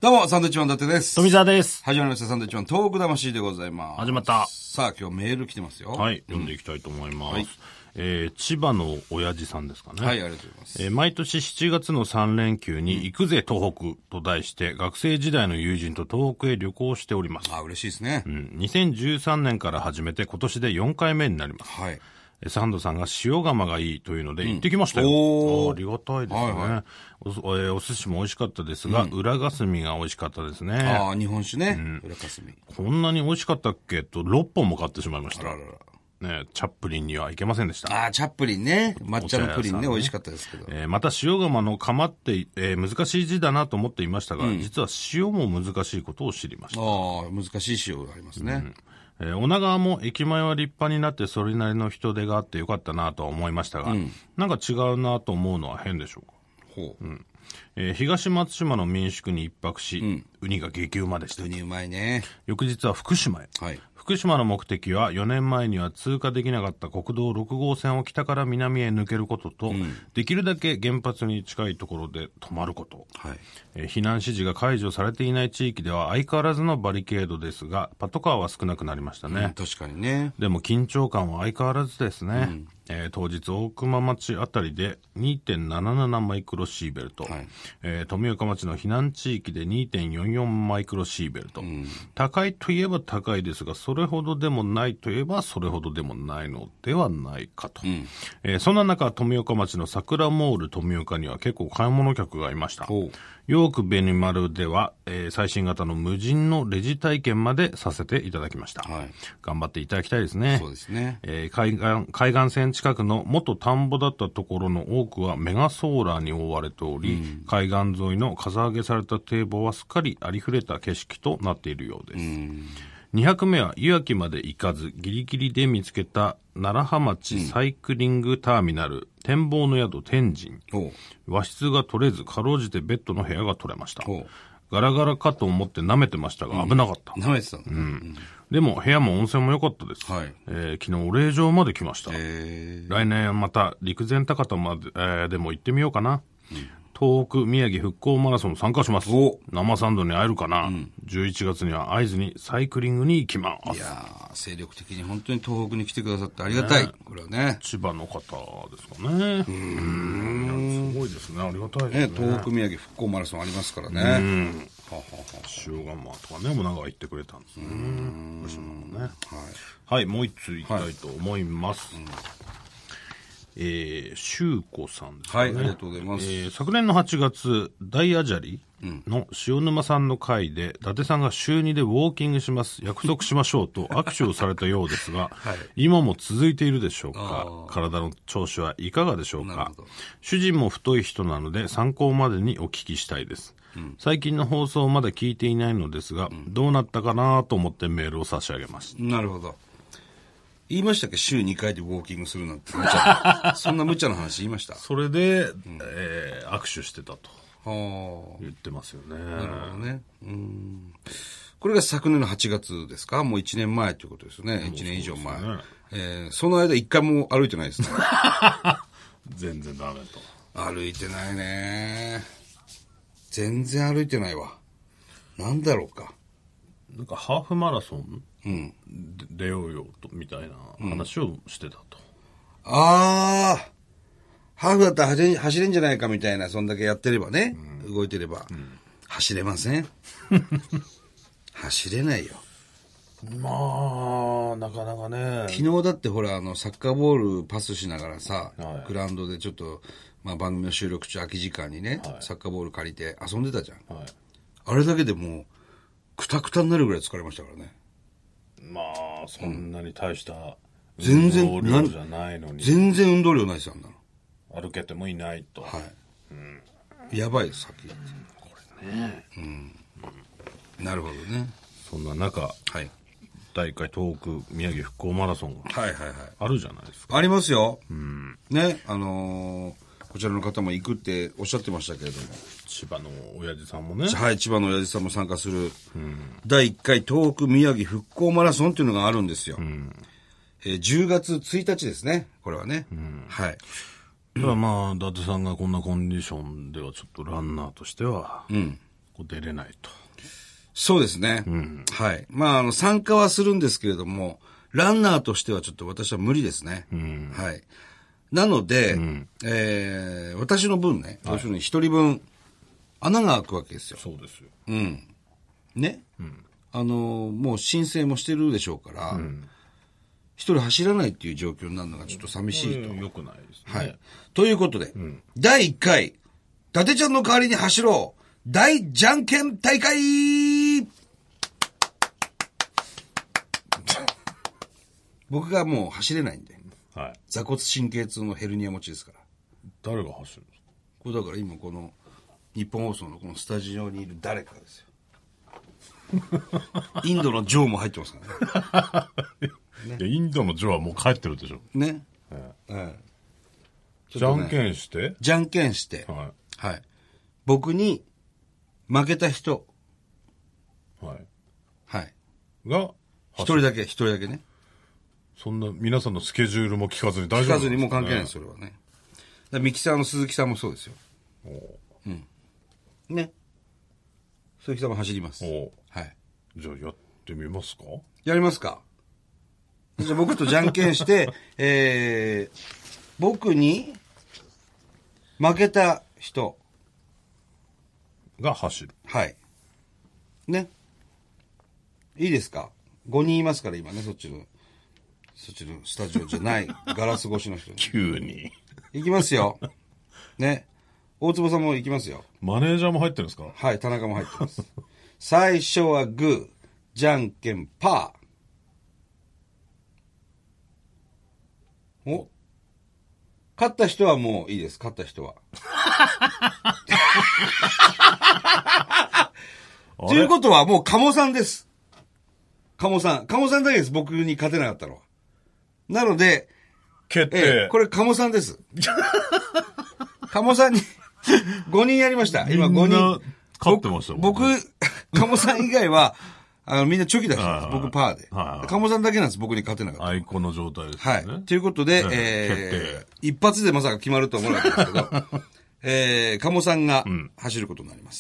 どうも、サンドウィッチマン伊達です。 富澤です。 始まりました、サンドウィッチマントーク魂でございます。 始まった。 さあ、今日メール来てますよ。 はい、読んでいきたいと思います。千葉の親父さんですかね。 はい、ありがとうございます。 毎年7月の3連休に行くぜ東北と題して、学生時代の友人と東北へ旅行しております。 あ、嬉しいですね。 2013年から始めて今年で4回目になります。 はい。 サンドさんが塩釜がいいというので行ってきましたよ。ありがたいですね。お寿司も美味しかったですが、裏霞が美味しかったですね。 ああ、日本酒ね。裏霞。 こんなに美味しかったっけと6本も買ってしまいました。ね、チャップリンには行けませんでした。 ああ、チャップリンね。抹茶のプリンね、美味しかったですけど。 また塩釜の釜って、難しい字だなと思っていましたが、実は塩も難しいことを知りました。 ああ、難しい塩がありますね。 女川も駅前は立派になってそれなりの人手があってよかったなとは思いましたが、なんか違うなと思うのは変でしょうか。 ほう。 東松島の民宿に一泊し、ウニが激うまでした。 ウニうまいね。 翌日は福島へ。 はい。 福島の目的は4年前には通過できなかった国道6号線を北から南へ抜けることと、できるだけ原発に近いところで止まること、 はい避難指示が解除されていない地域では相変わらずのバリケードですが、パトカーは少なくなりましたね。 確かにね。 でも緊張感は相変わらずですね。当日大熊町あたりで 2.77 マイクロシーベルト、富岡町の避難地域で 2.44 マイクロシーベルト、高いといえば高いですがそれほどでもないといえばそれほどでもないのではないかと、そんな中富岡町の桜モール富岡には結構買い物客がいました。ヨークベニマルでは、最新型の無人のレジ体験までさせていただきました。頑張っていただきたいですね。 そうですね。 海岸線近くの元田んぼだったところの多くはメガソーラーに覆われており、海岸沿いのかさ上げされた堤防はすっかりありふれた景色となっているようです。2泊目は岩木まで行かずギリギリで見つけた楢葉町サイクリングターミナル、展望の宿天神。和室が取れずかろうじてベッドの部屋が取れました。ガラガラかと思って舐めてましたが危なかった。 舐めてたの、 でも部屋も温泉も良かったです。昨日お礼状まで来ました。来年また陸前高田まで、でも行ってみようかな。東北宮城復興マラソン参加します。生サンドに会えるかな、11月には会津にサイクリングに行きます。 いやー、精力的に本当に東北に来てくださってありがたい。これはね。 千葉の方ですかね。すごいですね。ありがたいですね。 東北宮城復興マラソンありますからね。 塩釜とかね、もなんか言ってくれたんですね。福島もね。はい、もう一通いきたいと思います。修子さんですね。 はい、ありがとうございます。 昨年の8月、大アジャリの塩沼さんの会で、伊達さんが週2でウォーキングします。約束しましょうと握手をされたようですが、今も続いているでしょうか。体の調子はいかがでしょうか。主人も太い人なので参考までにお聞きしたいです。最近の放送をまだ聞いていないのですが、どうなったかなと思ってメールを差し上げました。 なるほど。言いましたっけ、週2回でウォーキングするなんて。そんな無茶な話言いました。 それで、握手してたと言ってますよね。 なるほどね。これが昨年の8月ですか。もう1年前ということですよね。1年以上前。その間1回も歩いてないですね。 全然ダメと。 歩いてないね。全然歩いてないわ。なんだろうか。 なんかハーフマラソン、出ようよとみたいな話をしてたと。 ああ、ハーフだったら走れんじゃないかみたいな、そんだけやってればね、動いてれば、走れません。走れないよ。 まあなかなかね。 昨日だってほらサッカーボールパスしながらさ、グラウンドでちょっと、番組の収録中空き時間にね、サッカーボール借りて遊んでたじゃん。あれだけでもうクタクタになるぐらい疲れましたからね。 まあそんなに大した運動量じゃないのに。 全然運動量ないですよ、あんなの。 歩けてもいないと。 やばいです、先。 これね。 なるほどね。 そんな中、第1回東北宮城復興マラソンがあるじゃないですか。 ありますよ。ね、こちらの方も行くっておっしゃってましたけれども。 千葉の親父さんもね。 はい、千葉の親父さんも参加する、第1回東北宮城復興マラソンっていうのがあるんですよ。10月1日ですね、これはね。はい。 ただまあ、伊達さんがこんなコンディションではちょっとランナーとしては、 出れないと。 そうですね。はい。まあ、参加はするんですけれども、ランナーとしてはちょっと私は無理ですね。はい。なので、私の分ね、要するに一人分、穴が開くわけですよ。 そうですよ。 ね。もう申請もしてるでしょうから、一人走らないっていう状況になるのがちょっと寂しいと。 良くないですね。 はい。ということで、第1回、伊達ちゃんの代わりに走ろう大じゃんけん大会僕がもう走れないんで。 はい。 座骨神経痛のヘルニア持ちですから。 誰が走るんですか？ これだから今この日本放送のこのスタジオにいる誰かですよ。インドのジョーも入ってますからね。 いや、インドのジョーはもう帰ってるでしょ。 ね。 じゃんけんして、 じゃんけんして、はい。僕に負けた人、 はい。 はい。 が、 一人だけね。 そんな皆さんのスケジュールも聞かずに大丈夫なんですかね？聞かずにもう関係ないです、それはね。ミキサーの鈴木さんもそうですよ。ね。鈴木さんも走ります。はい。 じゃあやってみますか？ やりますか？じゃあ僕とじゃんけんして、僕に負けた人が走る。 はい。ね。いいですか？ 5 人いますから今ね、そっちのスタジオじゃない、ガラス越しの人に。 急に。 行きますよ。ね。大坪さんも行きますよ。 マネージャーも入ってるんですか？ はい、田中も入ってます。最初はグー、じゃんけんパー。お、勝った人はもういいです、勝った人は。ということはもう鴨さんです。鴨さんだけです、僕に勝てなかったのは。なので、 決定。 これ鴨さんです。鴨さんに5人やりました。今5人。 勝ってましたもんね。 僕、鴨さん以外は、みんなチョキ出してます。僕パーで。鴨さんだけなんです、僕に勝てなかった。 アイコンの状態ですね。 はい。ということで、一発でまさか決まるとは思わなかったですけど、鴨さんが走ることになります。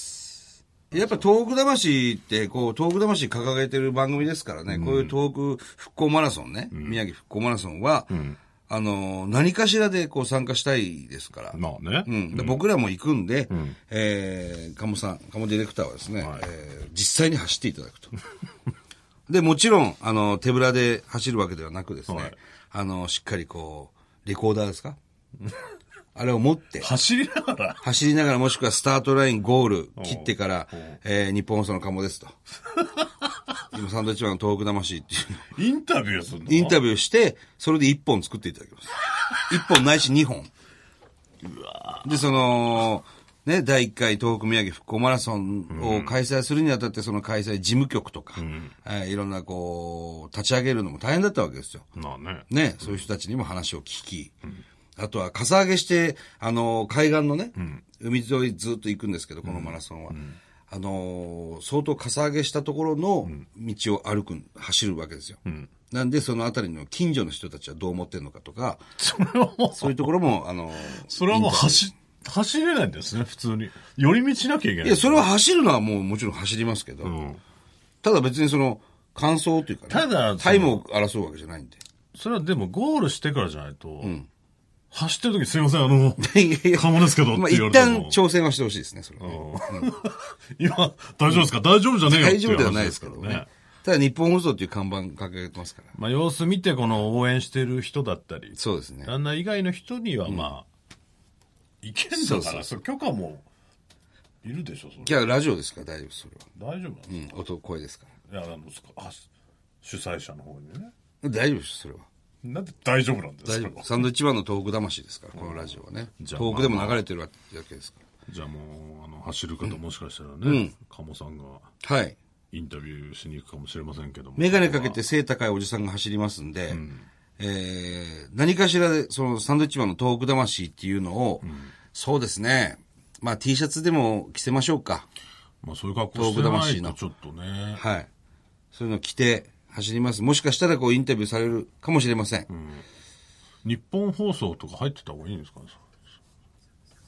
やっぱ東北魂って、東北魂掲げてる番組ですからね、こういう東北復興マラソンね、宮城復興マラソンは、何かしらで参加したいですから。 まあね。 僕らも行くんで、鴨ディレクターはですね、実際に走っていただくと。で、もちろん、手ぶらで走るわけではなくですね、しっかりレコーダーですかあれを持って。 走りながらもしくはスタートラインゴール切ってから、日本放送の鴨ですと。今サンドウィッチマンの東北魂っていう。 インタビューするの？ インタビューして、それで1本作っていただきます。1本ないし2本。で、ね、第1回東北宮城復興マラソンを開催するにあたって、その開催事務局とか、いろんな立ち上げるのも大変だったわけですよ。 まあね。 ね、そういう人たちにも話を聞き、あとは、かさ上げして、海岸のね、海沿いずっと行くんですけど、このマラソンは。相当かさ上げしたところの道を走るわけですよ。なんで、そのあたりの近所の人たちはどう思ってるのかとか、そういうところも、 それはもう走れないんですね、普通に。寄り道しなきゃいけない。 いや、それは走るのはもちろん走りますけど、ただ別に完走というかね、タイムを争うわけじゃないんで。 それはでもゴールしてからじゃないと、走ってる時すいません、鴨ですけどって言われても。 一旦挑戦はしてほしいですね、それは、 今、大丈夫ですか？大丈夫じゃねえよっていう話ですからね。 大丈夫ではないですけどね。ただ日本放送っていう看板掲げてますから。 まあ様子見て応援してる人だったり。 そうですね。 ランナー以外の人にはいけんだから、それ許可もいるでしょ、それ。 いや、ラジオですから大丈夫です、それは。大丈夫なんですか？声ですから。 いや、主催者の方にね。 大丈夫です、それは。 なんで大丈夫なんですか？ 大丈夫。サンドウィッチマンの東北魂ですから、このラジオはね。東北でも流れてるわけですから。 じゃあもう、走る方もしかしたらね、鴨さんが。 はい。 インタビューしに行くかもしれませんけども。 メガネかけて背高いおじさんが走りますんで、何かしらで、サンドウィッチマンの東北魂っていうのを、そうですね。まあ T シャツでも着せましょうか。 まあそういう格好してないとちょっとね。 はい。そういうの着て走ります。もしかしたらインタビューされるかもしれません。 日本放送とか入ってた方がいいんですかね？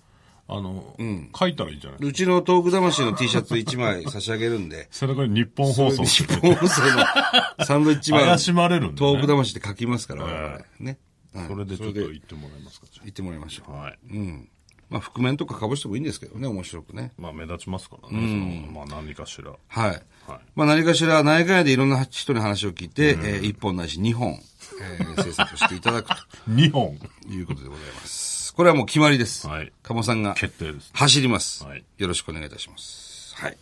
書いたらいいじゃない。 うちのトーク魂の T シャツ1枚差し上げるんで。 それから日本放送。 日本放送のサンドイッチマン。 怪しまれるんで、ね。 トーク魂って書きますから、ね。 それでちょっと言ってもらえますか。 言ってもらいましょう。 はい。 まあ、覆面とか被してもいいんですけどね、面白くね。 まあ、目立ちますからね。まあ、何かしら。 はい。まあ、何かしら、何回でいろんな人に話を聞いて、1本ないし2本、制作していただくと。 2本いうことでございます。これはもう決まりです。 はい。 鴨さんが。 決定です。 走ります。 はい。 よろしくお願いいたします。はい。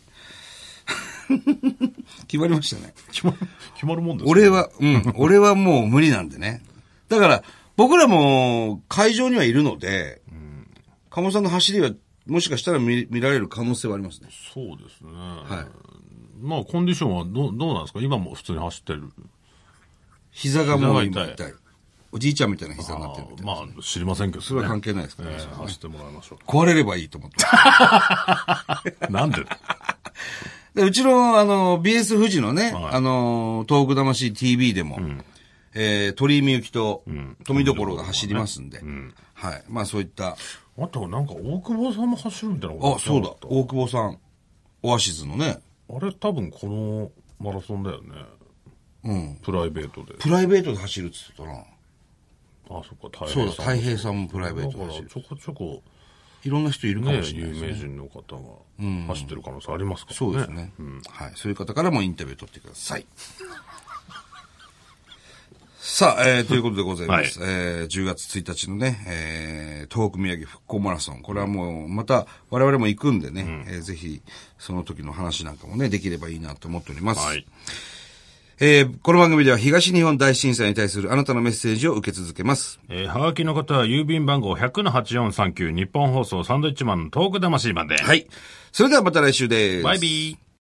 決まりましたね。 決まるもんですか。 俺はもう無理なんでね。だから、僕らも会場にはいるので、鴨さんの走りはもしかしたら見られる可能性はありますね。 そうですね。 はい。 まあ、コンディションはどうなんですか。今も普通に走ってる。 膝がもう今痛い。おじいちゃんみたいな膝になってるみたいな。 まあ、知りませんけど、ね。 それは関係ないですからね。 走ってもらいましょう。 壊れればいいと思って。 なんでうちの、BS 富士のね、東北魂 TV でも、鳥居みゆきと、富所が走りますんで、はい。まあそういった。 あとなんか大久保さんも走るみたいなこと。 あ、そうだ。大久保さん。オアシズのね。 あれ多分このマラソンだよね。プライベートで。 プライベートで走るって言ってたな。 あ、そっか、 そうだ、太平さんもプライベートで走る。 だからちょこちょこ、 いろんな人いるかもしれないですね。 有名人の方が走ってる可能性ありますからね。 そうですね。はい。そういう方からもインタビュー取ってください。さあ、ということでございます。10月1日のね、東北宮城復興マラソン。これはもう、また我々も行くんでね、ぜひ、その時の話なんかもね、できればいいなと思っております。はい。この番組では東日本大震災に対するあなたのメッセージを受け続けます。 はがきの方は郵便番号 100-8439 日本放送サンドイッチマンのトーク魂まで。 はい。それではまた来週です。 バイビー。